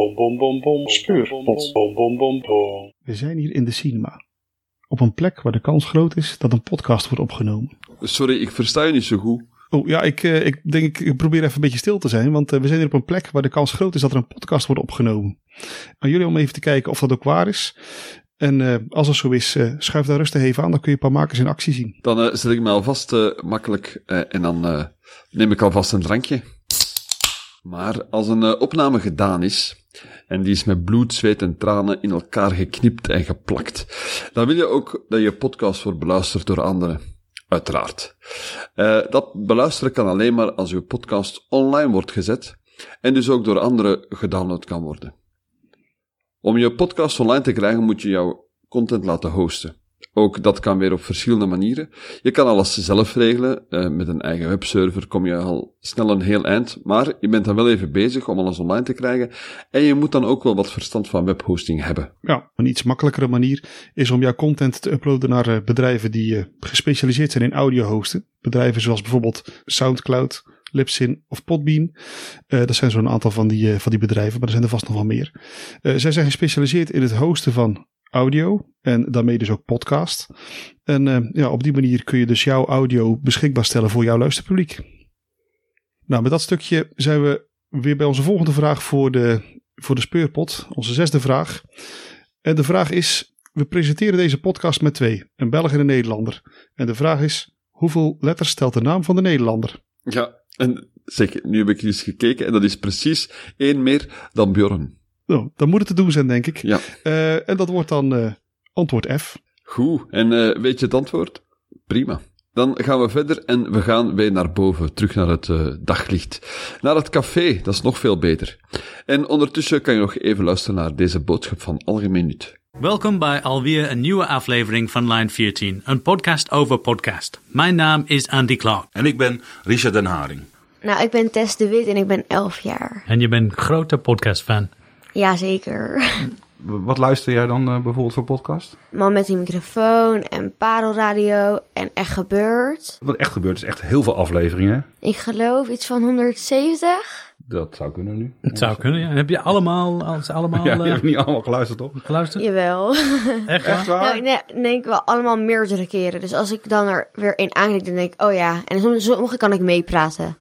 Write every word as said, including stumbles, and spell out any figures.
Bom, bom, bom, bom. Speurpot. Bom, bom, bom, bom. We zijn hier in de cinema. Op een plek waar de kans groot is dat een podcast wordt opgenomen. Sorry, ik versta je niet zo goed. Oh ja, ik, uh, ik denk ik probeer even een beetje stil te zijn. Want uh, we zijn hier op een plek waar de kans groot is dat er een podcast wordt opgenomen. Aan jullie om even te kijken of dat ook waar is. En uh, als dat zo is, uh, schuif daar rustig even aan. Dan kun je een paar makers in actie zien. Dan uh, zet ik me alvast uh, makkelijk uh, en dan uh, neem ik alvast een drankje. Maar als een uh, opname gedaan is, en die is met bloed, zweet en tranen in elkaar geknipt en geplakt, dan wil je ook dat je podcast wordt beluisterd door anderen. Uiteraard. Uh, dat beluisteren kan alleen maar als uw podcast online wordt gezet en dus ook door anderen gedownload kan worden. Om je podcast online te krijgen moet je jouw content laten hosten. Ook dat kan weer op verschillende manieren. Je kan alles zelf regelen. Uh, met een eigen webserver kom je al snel een heel eind. Maar je bent dan wel even bezig om alles online te krijgen. En je moet dan ook wel wat verstand van webhosting hebben. Ja, een iets makkelijkere manier is om jouw content te uploaden naar uh, bedrijven die uh, gespecialiseerd zijn in audio hosten. Bedrijven zoals bijvoorbeeld Soundcloud, Libsyn of Podbean. Uh, dat zijn zo'n aantal van die, uh, van die bedrijven, maar er zijn er vast nog wel meer. Uh, zij zijn gespecialiseerd in het hosten van audio en daarmee dus ook podcast. En uh, ja, op die manier kun je dus jouw audio beschikbaar stellen voor jouw luisterpubliek. Nou, met dat stukje zijn we weer bij onze volgende vraag voor de, voor de speurpot. Onze zesde vraag. En de vraag is, we presenteren deze podcast met twee, een Belg en een Nederlander. En de vraag is, hoeveel letters stelt de naam van de Nederlander? Ja, en zeg, nu heb ik eens gekeken en dat is precies één meer dan Björn. Nou, dan moet het te doen zijn, denk ik. Ja. Uh, en dat wordt dan uh, antwoord F. Goed, en uh, weet je het antwoord? Prima. Dan gaan we verder en we gaan weer naar boven, terug naar het uh, daglicht. Naar het café, dat is nog veel beter. En ondertussen kan je nog even luisteren naar deze boodschap van Algemeen Nut. Welkom bij alweer een nieuwe aflevering van Lijn veertien, een podcast over podcast. Mijn naam is Andy Clark. En ik ben Richard den Haring. Nou, ik ben Tess de Wit en ik ben elf jaar. En je bent grote podcastfan. Jazeker. Wat luister jij dan uh, bijvoorbeeld voor podcast? Man met die microfoon en Parelradio en Echt Gebeurd. Wat echt gebeurt is echt heel veel afleveringen. Ik geloof iets van honderdzeventig. Dat zou kunnen nu. Het zou kunnen, ja. En heb je allemaal... Als allemaal ja, je uh, hebt niet allemaal geluisterd, toch? Geluisterd? Jawel. Echt waar? Echt waar? Nou, nee, nee, ik wel allemaal meerdere keren. Dus als ik dan er weer één aanklik, dan denk ik, oh ja. En soms, sommige kan ik meepraten.